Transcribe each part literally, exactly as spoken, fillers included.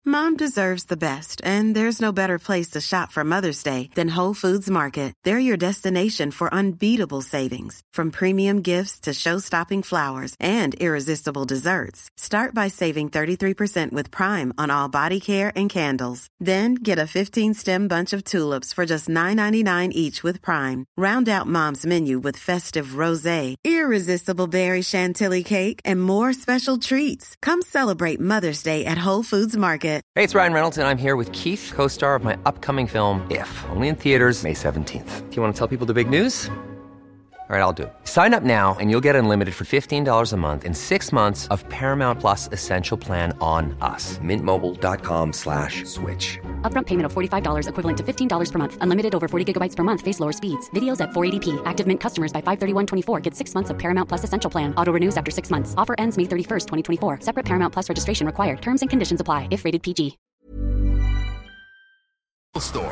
Mom deserves the best, and there's no better place to shop for Mother's Day than Whole Foods Market. They're your destination for unbeatable savings, from premium gifts to show-stopping flowers and irresistible desserts. Start by saving thirty-three percent with Prime on all body care and candles. Then get a fifteen-stem bunch of tulips for just nine ninety-nine each with Prime. Round out Mom's menu with festive rosé, irresistible berry chantilly cake, and more special treats. Come celebrate Mother's Day at Whole Foods Market. Hey, it's Ryan Reynolds, and I'm here with Keith, co-star of my upcoming film, If, only in theaters May seventeenth. Do you want to tell people the big news? All right, I'll do it. Sign up now and you'll get unlimited for fifteen dollars a month and six months of Paramount Plus Essential Plan on us. Mintmobile.com slash switch. Upfront payment of forty-five dollars equivalent to fifteen dollars per month. Unlimited over forty gigabytes per month. Face lower speeds. Videos at four eighty p. Active Mint customers by five thirty-one twenty-four get six months of Paramount Plus Essential Plan. Auto renews after six months. Offer ends May thirty-first, twenty twenty-four. Separate Paramount Plus registration required. Terms and conditions apply if rated P G. Store.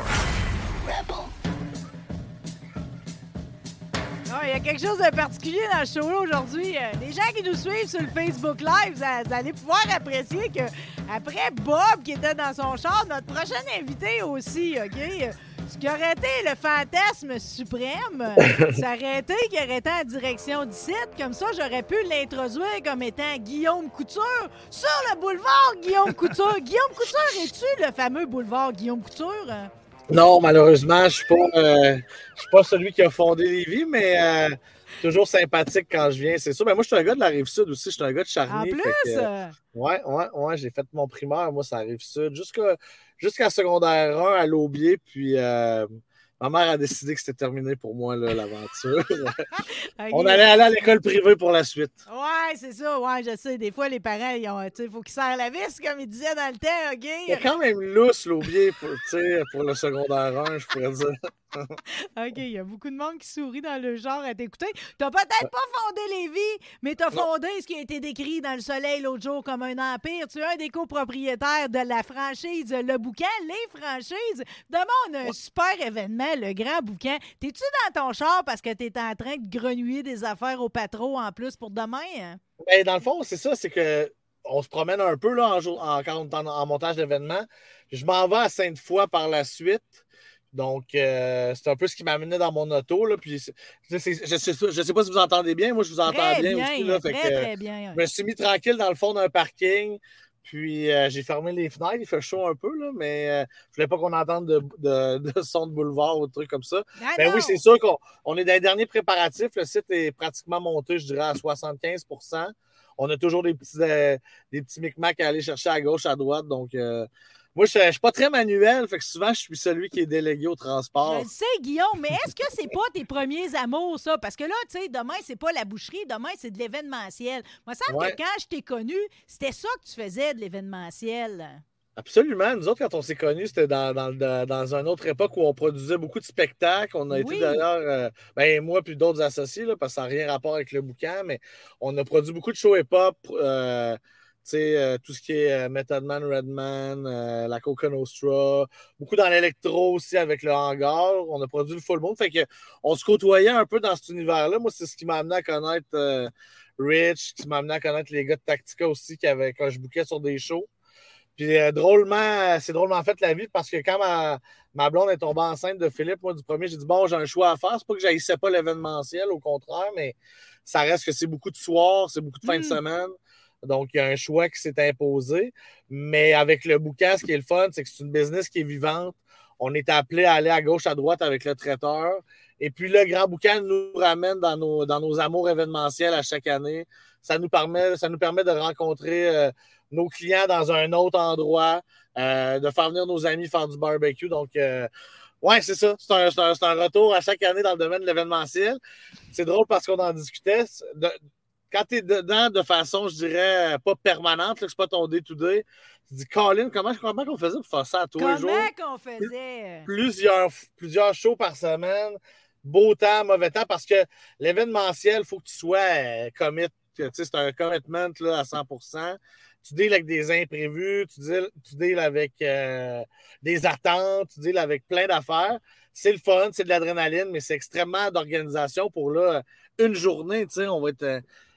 Non, il y a quelque chose de particulier dans le show là aujourd'hui. Euh, les gens qui nous suivent sur le Facebook Live, vous, vous allez pouvoir apprécier que après Bob qui était dans son char, notre prochain invité aussi, OK? Euh, Ce qui aurait été le fantasme suprême, ça aurait été qu'il aurait été en direction du site. Comme ça, j'aurais pu l'introduire comme étant Guillaume Couture sur le boulevard Guillaume Couture. Guillaume Couture, es-tu le fameux boulevard Guillaume Couture? Non, malheureusement, je suis pas, euh, je suis pas celui qui a fondé Lévis, mais euh, toujours sympathique quand je viens, c'est sûr. Mais moi, je suis un gars de la Rive-Sud aussi. Je suis un gars de Charny. En plus? Que, euh, ouais, ouais, ouais. J'ai fait mon primaire, moi, ça Rive-Sud. Jusqu'à, jusqu'à secondaire un à l'Aubier, puis euh, ma mère a décidé que c'était terminé pour moi, là, l'aventure. Okay. On allait aller à l'école privée pour la suite. Ouais, c'est ça. Ouais, je sais. Des fois, les parents, il faut qu'ils serrent la vis, comme ils disaient dans le temps, OK? Il y a quand même lousse, l'Aubier, pour, pour le secondaire un, je pourrais dire. OK, il y a beaucoup de monde qui sourit dans le genre à t'écouter. T'as peut-être pas fondé Lévis, mais t'as fondé ce qui a été décrit dans Le Soleil l'autre jour comme un empire. Tu es un des copropriétaires de la franchise Le Boucan, les franchises. Demain, on a un super événement, le Grand Boucan. T'es-tu dans ton char parce que t'es en train de grenouiller des affaires au patron en plus pour demain? Hein? Ben, dans le fond, c'est ça, c'est que on se promène un peu là, en, jour, en, en, en montage d'événements. Je m'en vais à Sainte-Foy par la suite. Donc, euh, c'est un peu ce qui m'amenait dans mon auto. Là, puis c'est, c'est, je ne sais, je sais pas si vous entendez bien. Moi, je vous entends très bien, bien aussi. Là, très, fait que, très bien. Je me suis mis tranquille dans le fond d'un parking. Puis, euh, j'ai fermé les fenêtres. Il fait chaud un peu, là, mais euh, je voulais pas qu'on entende de, de, de son de boulevard ou de trucs comme ça. Ah, ben non. oui, c'est sûr qu'on on est dans les derniers préparatifs. Le site est pratiquement monté, je dirais, à soixante-quinze pour cent. On a toujours des petits, euh, des petits micmacs à aller chercher à gauche, à droite. Donc, euh, moi, je ne suis pas très manuel, fait que souvent, je suis celui qui est délégué au transport. Je le sais, Guillaume, mais est-ce que c'est pas tes premiers amours, ça? Parce que là, tu sais, demain, c'est pas la boucherie, demain, c'est de l'événementiel. Moi, ça me semble Ouais. que quand je t'ai connu, c'était ça que tu faisais, de l'événementiel. Absolument. Nous autres, quand on s'est connus, c'était dans, dans, dans une autre époque où on produisait beaucoup de spectacles. On a Oui. été d'ailleurs, euh, ben, moi puis d'autres associés, là, parce que ça n'a rien rapport avec le boucan, mais on a produit beaucoup de shows hip-hop. Euh, tu sais, euh, tout ce qui est euh, Method Man, Redman, euh, la Coca Nostra, beaucoup dans l'électro aussi avec le hangar. On a produit le full monde. Fait que on se côtoyait un peu dans cet univers-là. Moi, c'est ce qui m'a amené à connaître euh, Rich, qui m'a amené à connaître les gars de Tactica aussi, qui avaient, quand je bouquais sur des shows. Puis euh, drôlement, c'est drôlement fait la vie parce que quand ma, ma blonde est tombée enceinte de Philippe, moi, du premier, j'ai dit bon, j'ai un choix à faire. C'est pas que j'haïssais pas l'événementiel, au contraire, mais ça reste que c'est beaucoup de soirs, c'est beaucoup de fin Mm. de semaine. Donc, il y a un choix qui s'est imposé. Mais avec le boucan, ce qui est le fun, c'est que c'est une business qui est vivante. On est appelé à aller à gauche, à droite avec le traiteur. Et puis, le grand boucan nous ramène dans nos, dans nos amours événementiels à chaque année. Ça nous permet, ça nous permet de rencontrer euh, nos clients dans un autre endroit, euh, de faire venir nos amis faire du barbecue. Donc, euh, ouais, c'est ça. C'est un, c'est, un, c'est un retour à chaque année dans le domaine de l'événementiel. C'est drôle parce qu'on en discutait. De, quand tu es dedans de façon, je dirais, pas permanente, là, que c'est pas ton day-to-day, tu te dis, Colin, comment, comment on faisait pour faire ça à tous les jours? Comment qu'on faisait? Plusieurs, plusieurs shows par semaine, beau temps, mauvais temps, parce que l'événementiel, il faut que tu sois euh, commit. Tu sais, c'est un commitment là, à cent pour cent. Tu deals avec des imprévus, tu deals, tu deals avec euh, des attentes, tu deals avec plein d'affaires. C'est le fun, c'est de l'adrénaline, mais c'est extrêmement d'organisation pour là, une journée. Tu sais, on va être,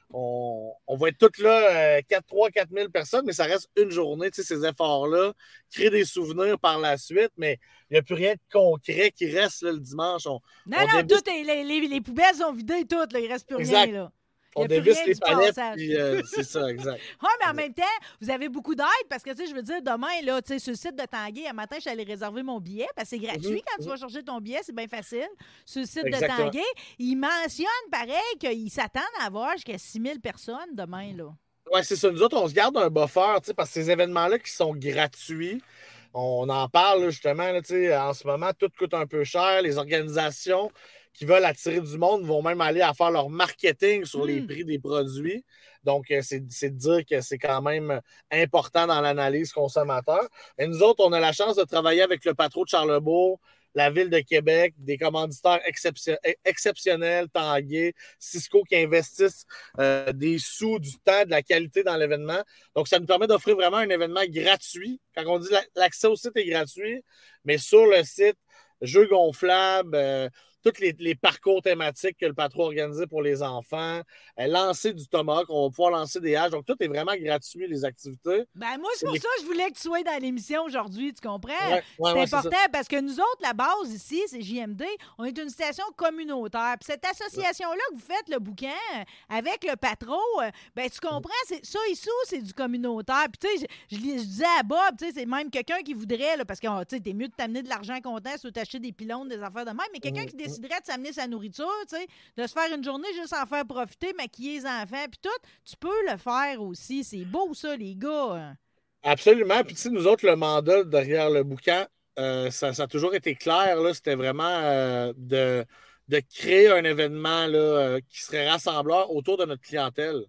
on, on va être toutes là, euh, quatre, trois, quatre mille personnes, mais ça reste une journée, tu sais, ces efforts-là, créer des souvenirs par la suite, mais il n'y a plus rien de concret qui reste là, le dimanche. On, non, on non, débisse... tout est, les, les, les poubelles sont vidées toutes, là, il ne reste plus exact. rien. Là. On dévisse les palettes, puis euh, c'est ça, exact. Oui, mais en même temps, vous avez beaucoup d'aide parce que, tu sais, je veux dire, demain, là, tu sais, sur le site de Tanguay, un matin, je suis allée réserver mon billet parce que c'est gratuit mm-hmm. quand tu vas chercher ton billet, c'est bien facile. Sur le site Exactement. de Tanguay, ils mentionnent, pareil, qu'ils s'attendent à avoir jusqu'à six mille personnes demain, là. Oui, c'est ça. Nous autres, on se garde un buffer, tu sais, parce que ces événements-là qui sont gratuits, on en parle, justement, là, tu sais, en ce moment, tout coûte un peu cher. Les organisations qui veulent attirer du monde vont même aller à faire leur marketing sur mmh. les prix des produits. Donc, c'est, c'est de dire que c'est quand même important dans l'analyse consommateur. Et nous autres, on a la chance de travailler avec le Patro de Charlebourg, la Ville de Québec, des commanditaires exception- exceptionnels, Tanguay, Cisco, qui investissent euh, des sous, du temps, de la qualité dans l'événement. Donc, ça nous permet d'offrir vraiment un événement gratuit. Quand on dit l'accès au site est gratuit, mais sur le site, jeux gonflables, euh, tous les, les parcours thématiques que le patron a organisé pour les enfants, euh, lancer du tomahawk, on va pouvoir lancer des haches. Donc, tout est vraiment gratuit, les activités. Ben moi, c'est pour les... ça que je voulais que tu sois dans l'émission aujourd'hui, tu comprends? Ouais, ouais, c'est ouais, important c'est parce que nous autres, la base ici, c'est J M D, on est une station communautaire. Puis cette association-là que vous faites, le bouquin, avec le patron, ben tu comprends, c'est, ça ici, c'est du communautaire. Puis tu sais, je, je, je disais à Bob, tu sais, c'est même quelqu'un qui voudrait, là, parce que tu sais, t'es mieux de t'amener de l'argent comptant si tu veux t'acheter des pylônes, des affaires de même, mais quelqu'un qui déciderait de s'amener sa nourriture, tu sais, de se faire une journée juste en faire profiter, maquiller les enfants, puis tout, tu peux le faire aussi. C'est beau, ça, les gars. Absolument. Puis, tu sais, nous autres, le mandat derrière le bouquin, euh, ça, ça a toujours été clair, là. C'était vraiment euh, de, de créer un événement là, euh, qui serait rassembleur autour de notre clientèle.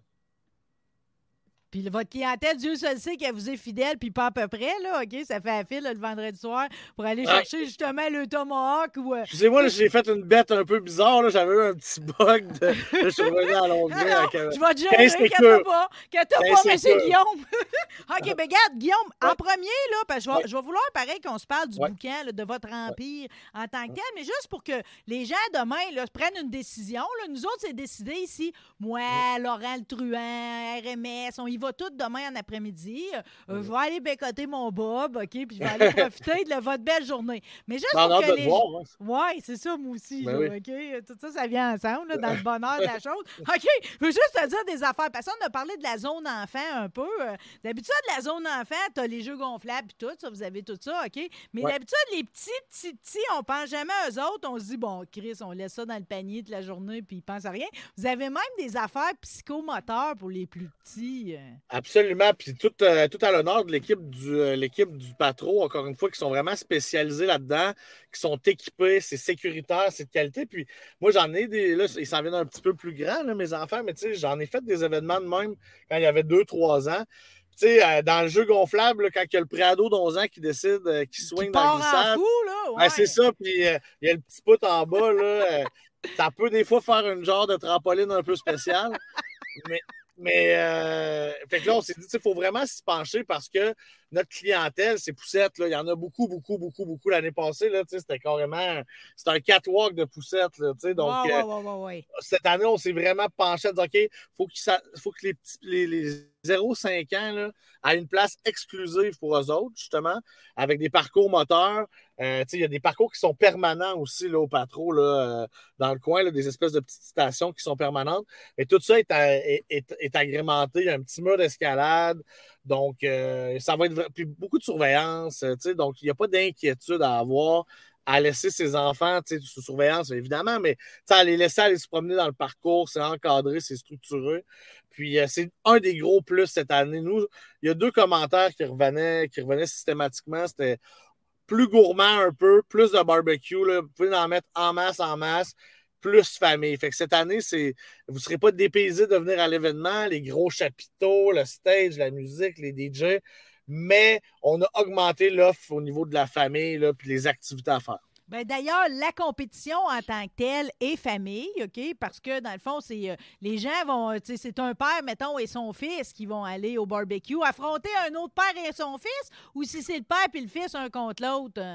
Puis votre clientèle, Dieu seul sait qu'elle vous est fidèle, puis pas à peu près, là, OK? Ça fait à fil là, le vendredi soir pour aller chercher ouais. justement le tomahawk ou... Euh... Excusez-moi, là, j'ai fait une bête un peu bizarre, là. J'avais eu un petit bug de... Là, je suis revenu à l'onglet. Avec... Je vais te gérer, qu'elle pas, qu'elle t'a pas, mais c'est Guillaume. OK, ben regarde, Guillaume, ouais. en premier, là, parce que je vais, ouais. je vais vouloir, pareil, qu'on se parle du ouais. bouquin, là, de votre empire ouais. en tant que tel, mais juste pour que les gens, demain, là, prennent une décision, là. Nous autres, c'est décidé ici. Moi, ouais. Laurent Le Truand, R M S, on y va tous demain en après-midi. Euh, mmh. Je vais aller bécoter mon Bob, OK? Puis je vais aller profiter de votre belle journée. Mais juste non, pour non, que les... voir, hein. Oui, c'est ça, moi aussi. Ben là, oui. OK? Tout ça, ça vient ensemble, là, dans le bonheur de la chose. OK? Je veux juste te dire des affaires. Parce qu'on a parlé de la zone enfant un peu. D'habitude, la zone enfant, tu as les jeux gonflables et tout. Ça, vous avez tout ça, OK? Mais ouais. d'habitude, les petits, petits, petits, on pense jamais à eux autres. On se dit, bon, Chris, on laisse ça dans le panier toute la journée puis ils pensent à rien. Vous avez même des affaires psychomoteurs pour les plus petits. Absolument. Puis tout, euh, tout à l'honneur de l'équipe du, euh, l'équipe du Patro, encore une fois, qui sont vraiment spécialisés là-dedans, qui sont équipés, c'est sécuritaire, c'est de qualité. Puis moi, j'en ai des. Là, ils s'en viennent un petit peu plus grands, là, mes enfants, mais tu sais, j'en ai fait des événements de même quand il y avait deux trois ans. Tu sais, euh, dans le jeu gonflable, là, quand il y a le pré-ado d'onze ans qui décide, euh, qui swing qui dans le glissade. Fou, là, ouais. Ben, c'est ça, puis il euh, y a le petit poutre en bas, là. Euh, ça peut des fois faire une genre de trampoline un peu spéciale. mais. Mais, euh, fait que là, on s'est dit, il faut vraiment s'y pencher parce que notre clientèle, c'est poussette, là. Il y en a beaucoup, beaucoup, beaucoup, beaucoup. L'année passée, là, c'était carrément, c'était un catwalk de poussettes, là, donc, ouais, euh, ouais, ouais, ouais. cette année, on s'est vraiment penché à dire, OK, faut qu'il faut que les petits, les, les zéro à cinq ans, là, aient une place exclusive pour eux autres, justement, avec des parcours moteurs. Euh, il y a des parcours qui sont permanents aussi, là, au Patro, là, euh, dans le coin, là, des espèces de petites stations qui sont permanentes. Mais tout ça est, à, est, est, est agrémenté. Il y a un petit mur d'escalade. Donc, euh, ça va être... Puis beaucoup de surveillance. Donc, il n'y a pas d'inquiétude à avoir à laisser ses enfants sous surveillance, évidemment, mais à les laisser aller se promener dans le parcours, c'est encadré, c'est structuré. Puis, euh, c'est un des gros plus cette année. Nous, il y a deux commentaires qui revenaient, qui revenaient systématiquement. C'était plus gourmand un peu, plus de barbecue. Là. Vous pouvez en mettre en masse, en masse, plus famille. Fait que cette année, c'est vous ne serez pas dépaysés de venir à l'événement, les gros chapiteaux, le stage, la musique, les D J, mais on a augmenté l'offre au niveau de la famille là, puis les activités à faire. Bien, d'ailleurs, la compétition en tant que telle est famille, OK? Parce que, dans le fond, c'est euh, les gens vont... Tu sais, c'est un père, mettons, et son fils qui vont aller au barbecue affronter un autre père et son fils, ou si c'est le père et le fils un contre l'autre? Euh...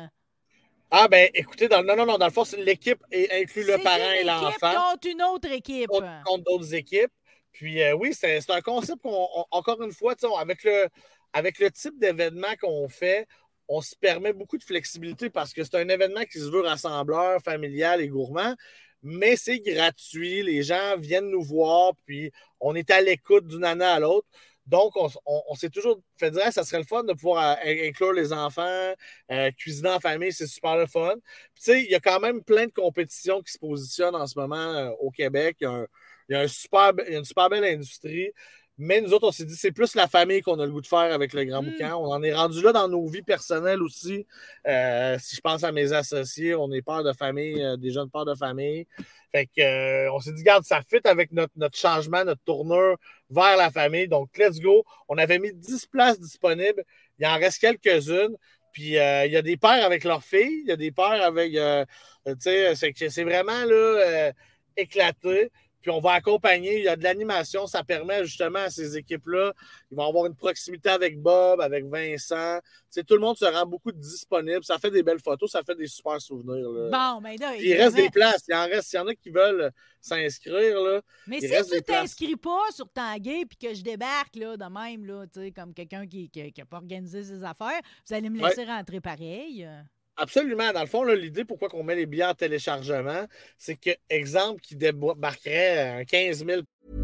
Ah, ben écoutez, dans, non, non, non, dans le fond, c'est l'équipe et inclut le c'est parent et l'enfant. contre une autre équipe. Contre, contre d'autres équipes. Puis euh, oui, c'est, c'est un concept qu'on, on, encore une fois, on, avec, le, avec le type d'événement qu'on fait, on se permet beaucoup de flexibilité parce que c'est un événement qui se veut rassembleur, familial et gourmand, mais c'est gratuit. Les gens viennent nous voir, puis on est à l'écoute d'une année à l'autre. Donc, on, on, on s'est toujours fait dire que ça serait le fun de pouvoir euh, inclure les enfants, euh, cuisiner en famille, c'est super le fun. Puis, tu sais, il y a quand même plein de compétitions qui se positionnent en ce moment euh, au Québec. Il y a, un, il y a un super, il y a une super belle industrie. Mais nous autres, on s'est dit, c'est plus la famille qu'on a le goût de faire avec le Grand mmh. Boucan. On en est rendu là dans nos vies personnelles aussi. Euh, si je pense à mes associés, on est pères de famille, euh, des jeunes pères de famille. Fait que, euh, on s'est dit, regarde, ça fit avec notre, notre changement, notre tournure vers la famille. Donc, let's go. On avait mis dix places disponibles. Il en reste quelques-unes. Puis, euh, il y a des pères avec leurs filles. Il y a des pères avec, euh, tu sais, c'est, c'est vraiment là, euh, éclaté. Puis on va accompagner, il y a de l'animation, ça permet justement à ces équipes-là, ils vont avoir une proximité avec Bob, avec Vincent. Tu sais, tout le monde se rend beaucoup disponible, ça fait des belles photos, ça fait des super souvenirs. Là. Bon, mais là, il reste des places, il en reste, il y en a qui veulent s'inscrire. Là, mais si tu t'inscris pas sur Tanguay puis que je débarque là, de même, là, comme quelqu'un qui n'a pas organisé ses affaires, vous allez me laisser ouais. rentrer pareil. Absolument. Dans le fond, là, l'idée pourquoi on met les billets en téléchargement, c'est que, exemple, qui débarquerait un quinze mille.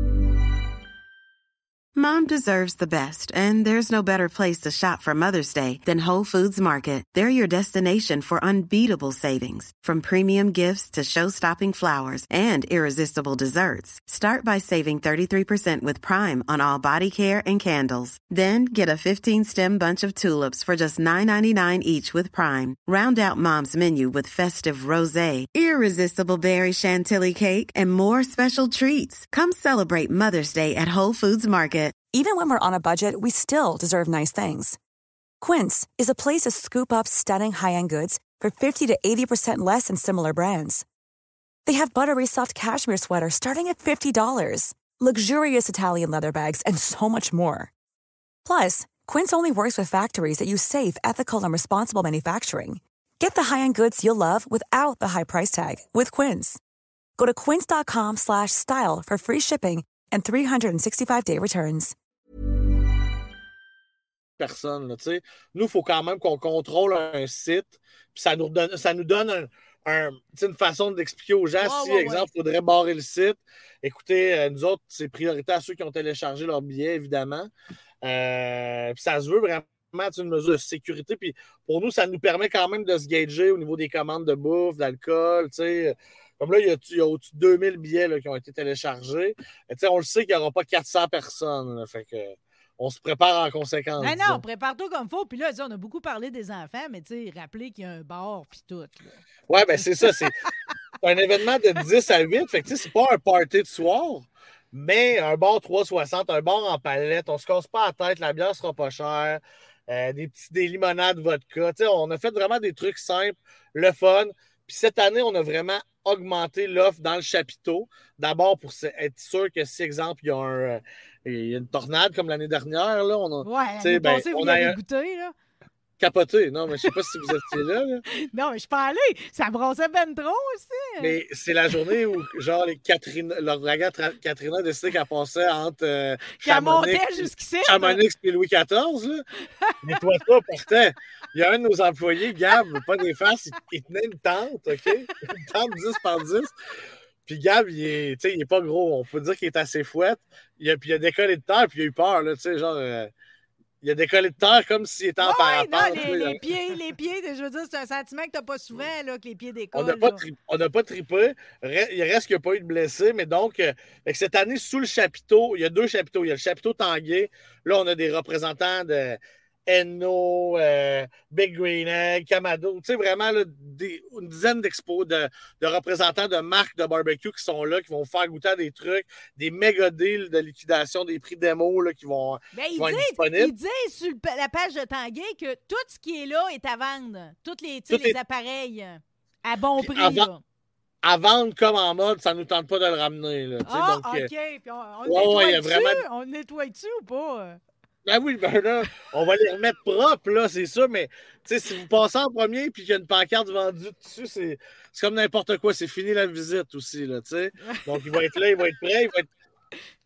Mom deserves the best, and there's no better place to shop for Mother's Day than Whole Foods Market. They're your destination for unbeatable savings, from premium gifts to show-stopping flowers and irresistible desserts. Start by saving thirty-three percent with Prime on all body care and candles. Then get a fifteen-stem bunch of tulips for just nine ninety-nine each with Prime. Round out Mom's menu with festive rosé, irresistible berry chantilly cake, and more special treats. Come celebrate Mother's Day at Whole Foods Market. Even when we're on a budget, we still deserve nice things. Quince is a place to scoop up stunning high-end goods for fifty to eighty percent less than similar brands. They have buttery soft cashmere sweaters starting at fifty dollars, luxurious Italian leather bags, and so much more. Plus, Quince only works with factories that use safe, ethical, and responsible manufacturing. Get the high-end goods you'll love without the high price tag with Quince. Go to quince.com slash style for free shipping and three sixty-five day returns. Personne, là, tu sais. Nous, il faut quand même qu'on contrôle un site, puis ça nous donne, ça nous donne un, un, une façon d'expliquer aux gens oh, si, ouais, exemple, il ouais. faudrait barrer le site. Écoutez, euh, nous autres, c'est priorité à ceux qui ont téléchargé leur billet, évidemment. Euh, puis ça se veut vraiment une mesure de sécurité. Puis pour nous, ça nous permet quand même de se gager au niveau des commandes de bouffe, d'alcool, tu sais. Comme là, il y a, il y a au-dessus de deux mille billets là, qui ont été téléchargés. Et, on le sait qu'il n'y aura pas quatre cents personnes. Là, fait que, on se prépare en conséquence. Non, non, on prépare tout comme il faut. Puis là, on a beaucoup parlé des enfants, mais rappelez qu'il y a un bar puis tout. Oui, bien c'est ça. C'est un événement de dix à huit. Fait que c'est pas un party de soir, mais un bar trois cent soixante, un bar en palette. On se casse pas la tête. La bière sera pas chère. Euh, des, petits, des limonades vodka. T'sais, on a fait vraiment des trucs simples, le fun. Puis cette année, on a vraiment augmenté l'offre dans le chapiteau. D'abord, pour être sûr que si, exemple, il y a, un, il y a une tornade comme l'année dernière, là, on a. Ouais, l'année ben, passée, vous l'avez goûté, là. Capoté, non, mais je sais pas si vous étiez là, là. Non, mais je suis pas allé. Ça brossait ben trop aussi. Mais c'est la journée où, genre, les Catherine, l'ouragan Katrina a décidé qu'elle passait entre euh, Chamonix, Chamonix et Louis quatorze, là. Mais toi, toi, partait. Il y a un de nos employés, Gab, pas des faces, il, il tenait une tente, OK? Une tente dix par dix. Puis Gab, il est, il est pas gros. On peut dire qu'il est assez fouette. Il a, puis il a décollé de terre, puis il a eu peur, là, tu sais, genre... Euh, il a décollé de terre comme s'il était en ouais, parapente. Non, les, les pieds, les pieds, je veux dire, c'est un sentiment que tu n'as pas souvent, là, que les pieds décollent. On n'a pas, tri- pas trippé. Il reste qu'il n'y a pas eu de blessés. Mais donc, euh, cette année, sous le chapiteau, il y a deux chapiteaux. Il y a le chapiteau Tanguay. Là, on a des représentants de Enno, euh, Big Green Egg, Kamado. Tu sais, vraiment, là, des, une dizaine d'expos, de, de représentants de marques de barbecue qui sont là, qui vont faire goûter à des trucs, des méga deals de liquidation, des prix démo là, qui vont, ben, qui vont dit, être disponibles. Il dit sur la page de Tanguay que tout ce qui est là est à vendre. Tous les, les est... appareils à bon Puis prix. Avant... Là. À vendre comme en mode, ça ne nous tente pas de le ramener. Là, ah, donc, OK. Euh... Puis on, on, ouais, nettoie ouais, vraiment... on nettoie dessus ou pas? Ben oui, ben là, on va les remettre propres, là, c'est ça, mais tu sais, si vous passez en premier et qu'il y a une pancarte vendue dessus, c'est, c'est comme n'importe quoi, c'est fini la visite aussi, là, tu sais. Donc, il va être là, il va être prêt, il va être...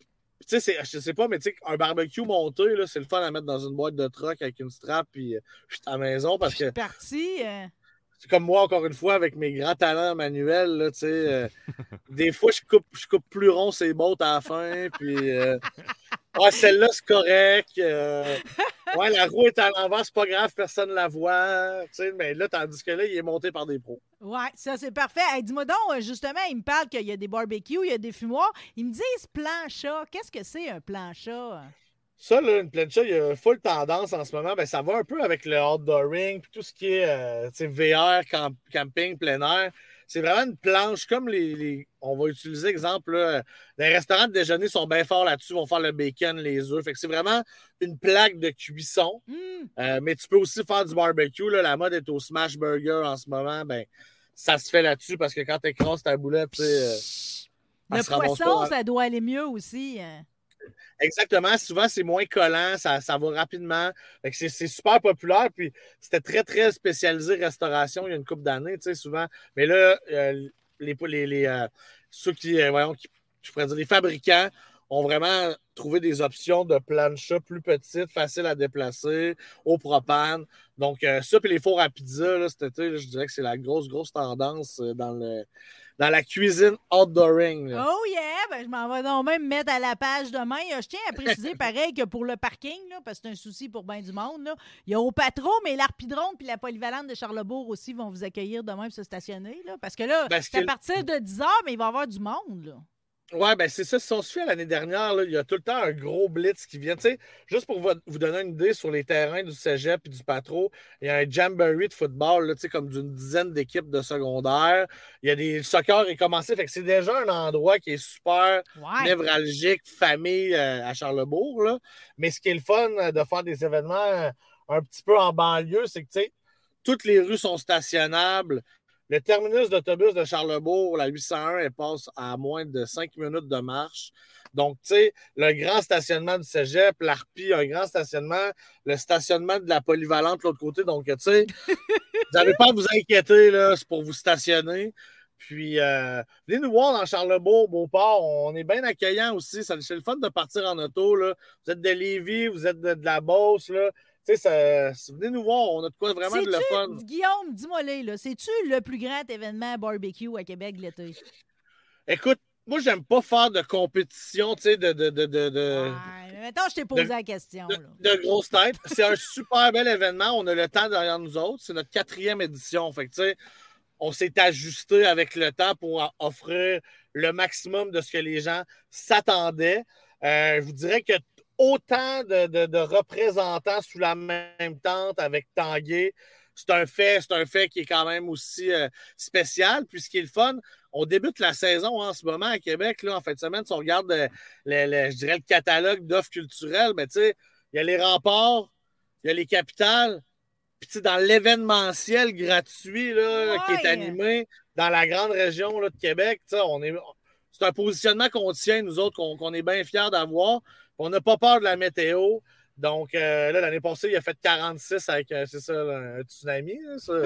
tu sais, je sais pas, mais tu sais, un barbecue monté, là, c'est le fun à mettre dans une boîte de truck avec une strap, puis euh, je suis à la maison parce que. Je suis parti. Euh... C'est comme moi, encore une fois, avec mes grands talents manuels, là, tu sais. Euh, des fois, je coupe, je coupe plus rond ses bottes à la fin, puis. Euh, ouais, celle-là, c'est correct. Euh, ouais, la roue est à l'envers, c'est pas grave, personne ne la voit. Tu sais, mais là, tandis que là, il est monté par des pros. Ouais, ça, c'est parfait. Hey, dis-moi donc, justement, il me parle qu'il y a des barbecues, il y a des fumoirs. Ils me disent plancha. Qu'est-ce que c'est un plancha? Ça, là, une plancha, il y a full tendance en ce moment. Ben, ça va un peu avec le outdooring, puis tout ce qui est euh, V R, camp- camping, plein air. C'est vraiment une planche comme les. les on va utiliser, exemple, là, les restaurants de déjeuner sont bien forts là-dessus, vont faire le bacon, les œufs. Fait que c'est vraiment une plaque de cuisson. Mm. Euh, mais tu peux aussi faire du barbecue. Là. La mode est au smash burger en ce moment. Ben, ça se fait là-dessus parce que quand tu écrases ta boulette, tu sais. Euh, le poisson, ça doit aller mieux aussi. Hein. Exactement. Souvent, c'est moins collant, ça, ça va rapidement. Fait que c'est, c'est super populaire. Puis, c'était très, très spécialisé restauration il y a une couple d'années, tu sais, souvent. Mais là, euh, les, les, les, euh, ceux qui, euh, voyons, qui, je pourrais dire, les fabricants ont vraiment trouvé des options de plancha plus petites, faciles à déplacer, au propane. Donc, euh, ça, puis les fours à pizza, là, cet été, là, je dirais que c'est la grosse, grosse tendance euh, dans le. Dans la cuisine outdooring. Là. Oh yeah! Ben, je m'en vais donc même mettre à la page demain. Je tiens à préciser, pareil, que pour le parking, là, parce que c'est un souci pour bien du monde, là, il y a au Patro, mais l'Arpidrome puis la Polyvalente de Charlesbourg aussi vont vous accueillir demain pour se stationner. Là, parce que là, ben, c'est à partir de dix heures, mais il va y avoir du monde. Là. Oui, ben c'est ça. Si on se fait l'année dernière, là, il y a tout le temps un gros blitz qui vient. T'sais, juste pour vous, vous donner une idée sur les terrains du Cégep et du Patro, il y a un jamboree de football, là, comme d'une dizaine d'équipes de secondaire. Il y a des le soccer est commencé. Fait que c'est déjà un endroit qui est super ouais. névralgique, famille euh, à Charlesbourg. Là. Mais ce qui est le fun de faire des événements un petit peu en banlieue, c'est que toutes les rues sont stationnables. Le terminus d'autobus de Charlesbourg, la huit cent un, elle passe à moins de cinq minutes de marche. Donc, tu sais, le grand stationnement du Cégep, l'Arpi, un grand stationnement, le stationnement de la Polyvalente de l'autre côté. Donc, tu sais, vous n'avez pas à vous inquiéter, là, c'est pour vous stationner. Puis, euh, venez nous voir dans Charlesbourg, Beauport. On est bien accueillants aussi. C'est le fun de partir en auto, là. Vous êtes de Lévis, vous êtes de, de la Beauce, là. Tu sais, venez nous voir, on a de quoi vraiment c'est-tu, de le fun. Guillaume, dis-moi là, c'est-tu le plus grand événement barbecue à Québec l'été? Écoute, moi, j'aime pas faire de compétition, tu sais, de... de, de, de, de ouais, mais maintenant, je t'ai posé de, la question. De, là. de grosses têtes. C'est un super bel événement. On a le temps derrière nous autres. C'est notre quatrième édition. Fait que, tu sais, on s'est ajusté avec le temps pour offrir le maximum de ce que les gens s'attendaient. Euh, je vous dirais que autant de, de, de représentants sous la même tente avec Tanguay, c'est un fait, c'est un fait qui est quand même aussi euh, spécial. Puis ce qui est le fun, on débute la saison en ce moment à Québec, là, en fin de semaine, si on regarde le, le, le, je dirais le catalogue d'offres culturelles, ben, tu sais, il y a les remparts, il y a les capitales, puis dans l'événementiel gratuit là, ouais. qui est animé dans la grande région là, de Québec, on est, c'est un positionnement qu'on tient, nous autres, qu'on, qu'on est bien fiers d'avoir. On n'a pas peur de la météo. Donc, euh, là, l'année passée, il a fait quarante-six avec, euh, c'est ça, là, un tsunami. Là, ça.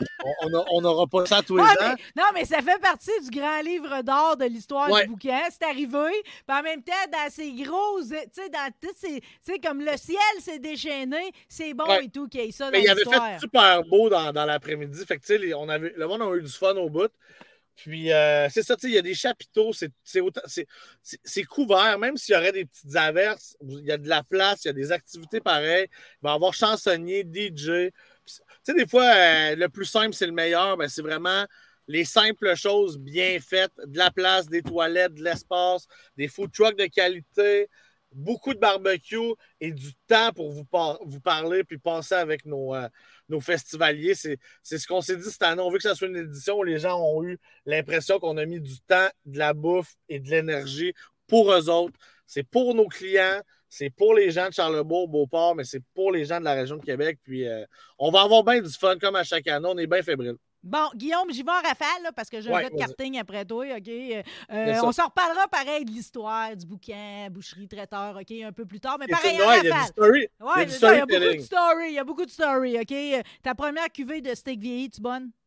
On n'aura pas ça tous les ouais, ans. Mais, non, mais ça fait partie du grand livre d'or de l'histoire ouais. du bouquin. C'est arrivé. Puis en même temps, dans ces grosses, tu sais, dans toutes ces, tu sais, comme le ciel s'est déchaîné, c'est bon ouais. et tout qu'il y ait ça dans mais l'histoire. Mais il avait fait super beau dans, dans l'après-midi. Fait que, tu sais, on avait, le monde a eu du fun au bout. Puis, euh, c'est ça, tu sais, il y a des chapiteaux, c'est, c'est, autant, c'est, c'est, c'est couvert, même s'il y aurait des petites averses, il y a de la place, il y a des activités pareilles, il va y avoir chansonnier, D J. Tu sais, des fois, euh, le plus simple, c'est le meilleur, ben, c'est vraiment les simples choses bien faites, de la place, des toilettes, de l'espace, des food trucks de qualité, beaucoup de barbecue et du temps pour vous, par- vous parler puis passer avec nos, euh, nos festivaliers. C'est, c'est ce qu'on s'est dit cette année. On veut que ça soit une édition où les gens ont eu l'impression qu'on a mis du temps, de la bouffe et de l'énergie pour eux autres. C'est pour nos clients, c'est pour les gens de Charlesbourg, Beauport, mais c'est pour les gens de la région de Québec. Puis euh, on va avoir bien du fun comme à chaque année. On est bien fébrile. Bon, Guillaume, j'y vais en rafale là, parce que j'ai un ouais, gars de karting après toi, OK? Euh, on s'en reparlera pareil de l'histoire, du bouquin, boucherie, traiteur, OK, un peu plus tard, mais Et pareil tu, en ouais, rafale. Il y a du story. Ouais, il y a, du story, il y a beaucoup telling. de story, il y a beaucoup de story, OK? Ta première cuvée de steak vieilli, tu bonne?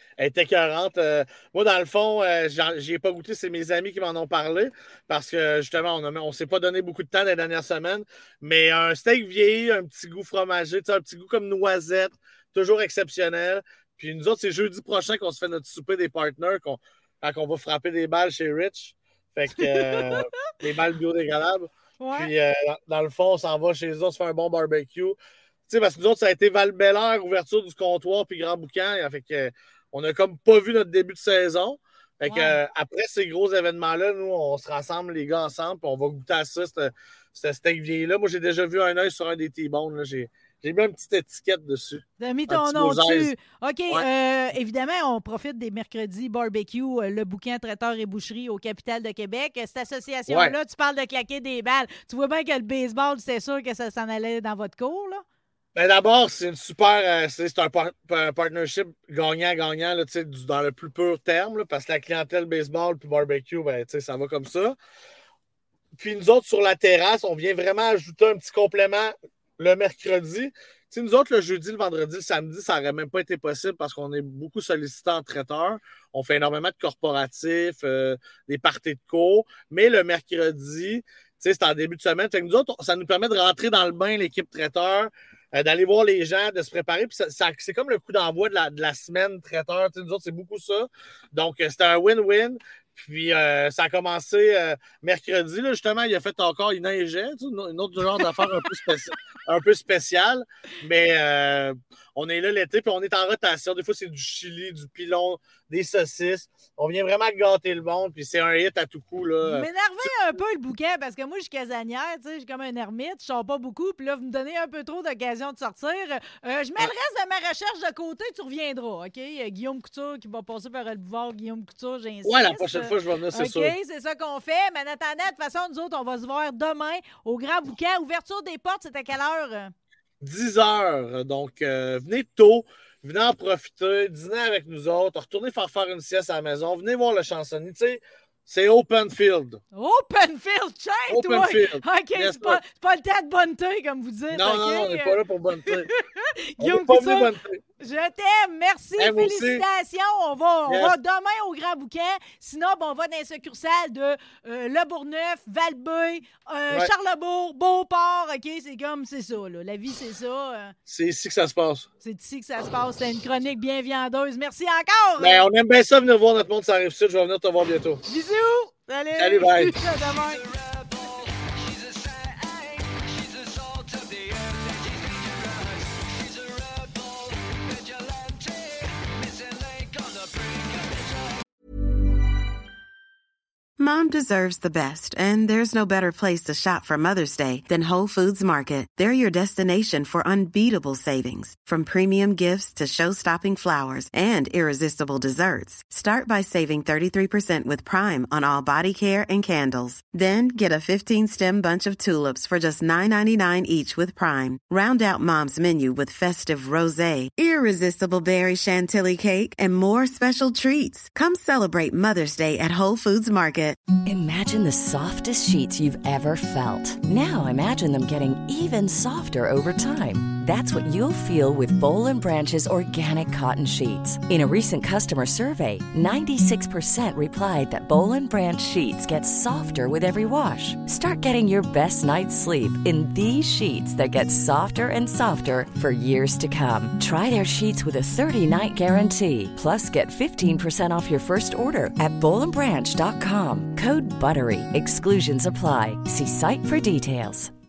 Elle est écœurante. Euh, moi, dans le fond, euh, j'y ai pas goûté. C'est mes amis qui m'en ont parlé parce que, justement, on ne s'est pas donné beaucoup de temps dans les dernières semaines. Mais un steak vieilli, un petit goût fromagé, un petit goût comme noisette, toujours exceptionnel. Puis nous autres, c'est jeudi prochain qu'on se fait notre souper des partners, qu'on, quand on va frapper des balles chez Rich. Fait que euh, des balles biodégradables. Ouais. Puis, euh, dans, dans le fond, on s'en va chez eux, on se fait un bon barbecue. Tu sais, parce que nous autres, ça a été Val-Bélair, ouverture du comptoir, puis Grand Boucan. Fait que... On n'a comme pas vu notre début de saison. Fait que, ouais. euh, après ces gros événements-là, nous, on se rassemble, les gars, ensemble, puis on va goûter à ça, ce steak vieilli-là. Moi, j'ai déjà vu un œil sur un des T-bones. Là. J'ai, j'ai mis une petite étiquette dessus. T'as mis ton nom dessus. OK. Ouais. Euh, évidemment, on profite des mercredis barbecue, euh, le bouquin traiteur et boucherie au Capital de Québec. Cette association-là, ouais. Tu parles de claquer des balles. Tu vois bien que le baseball, c'est sûr que ça s'en allait dans votre cours, là? Ben d'abord, c'est une super. Euh, c'est, c'est un, par, un partnership gagnant-gagnant là, dans le plus pur terme, là, parce que la clientèle baseball puis barbecue, ben, ça va comme ça. Puis nous autres, sur la terrasse, on vient vraiment ajouter un petit complément le mercredi. T'sais, nous autres, le jeudi, le vendredi, le samedi, ça n'aurait même pas été possible parce qu'on est beaucoup sollicités en traiteur. On fait énormément de corporatifs, euh, des parties de cours. Mais le mercredi, c'est en début de semaine. Fait que nous autres, ça nous permet de rentrer dans le bain, l'équipe traiteur. Euh, d'aller voir les gens, de se préparer. Puis ça, ça, c'est comme le coup d'envoi de la, de la semaine traiteur. Tu sais, nous autres, c'est beaucoup ça. Donc, euh, c'était un win-win. Puis, euh, ça a commencé euh, mercredi. Là, justement, il a fait encore, il neigeait. Tu sais, une autre genre d'affaire un peu spécial. Un peu spécial. Mais euh, on est là l'été, puis on est en rotation. Des fois, c'est du chili, du pilon, des saucisses. On vient vraiment gâter le monde, puis c'est un hit à tout coup. Là. Vous m'énervez un peu le bouquet, parce que moi, je suis casanière, tu sais, j'ai comme un ermite, je sors pas beaucoup, puis là, vous me donnez un peu trop d'occasion de sortir. Euh, je mets le reste de ma recherche de côté, tu reviendras, OK? Guillaume Couture qui va passer par le boulevard Guillaume Couture, j'insiste. Ouais, la prochaine fois, je vais venir, c'est okay, sûr. OK, c'est ça qu'on fait. Mais en attendant, de toute façon, nous autres, on va se voir demain au Grand Bouquet. Ouverture des portes, c'est à quelle heure? dix heures. Donc, euh, venez tôt. Venez en profiter, dîner avec nous autres, retournez faire faire une sieste à la maison, venez voir le chansonnier. Tu sais, c'est open field. Open field, tiens, open toi! Field. OK, yes, c'est, pas, c'est pas le temps de bonneter, comme vous dites. Non, okay? non, non, on n'est pas là pour bonneter. Guillaume on n'est pas venu bonneter. Je t'aime, merci, Aime félicitations. On va, yes. on va demain au Grand Bouquet. Sinon, ben, on va dans les succursales de euh, Le Bourgneuf, Val-Beauce, euh, ouais. Charlebourg, Beauport. OK, c'est comme, c'est ça, là. La vie, c'est ça. Euh. C'est ici que ça se passe. C'est ici que ça se passe. C'est une chronique bien viandeuse. Merci encore. Ben, on aime bien ça, venir voir notre monde, ça arrive sud. Je vais venir te voir bientôt. Bisous. Salut. Salut, bye. Demain. Mom deserves the best, and there's no better place to shop for Mother's Day than Whole Foods Market. They're your destination for unbeatable savings, from premium gifts to show-stopping flowers and irresistible desserts. Start by saving thirty-three percent with Prime on all body care and candles. Then get a fifteen-stem bunch of tulips for just nine ninety-nine each with Prime. Round out Mom's menu with festive rosé, irresistible berry chantilly cake, and more special treats. Come celebrate Mother's Day at Whole Foods Market. Imagine the softest sheets you've ever felt. Now imagine them getting even softer over time. That's what you'll feel with Boll and Branch's organic cotton sheets. In a recent customer survey, ninety-six percent replied that Boll and Branch sheets get softer with every wash. Start getting your best night's sleep in these sheets that get softer and softer for years to come. Try their sheets with a thirty-night guarantee. Plus, get fifteen percent off your first order at boll and branch dot com. Code BUTTERY. Exclusions apply. See site for details.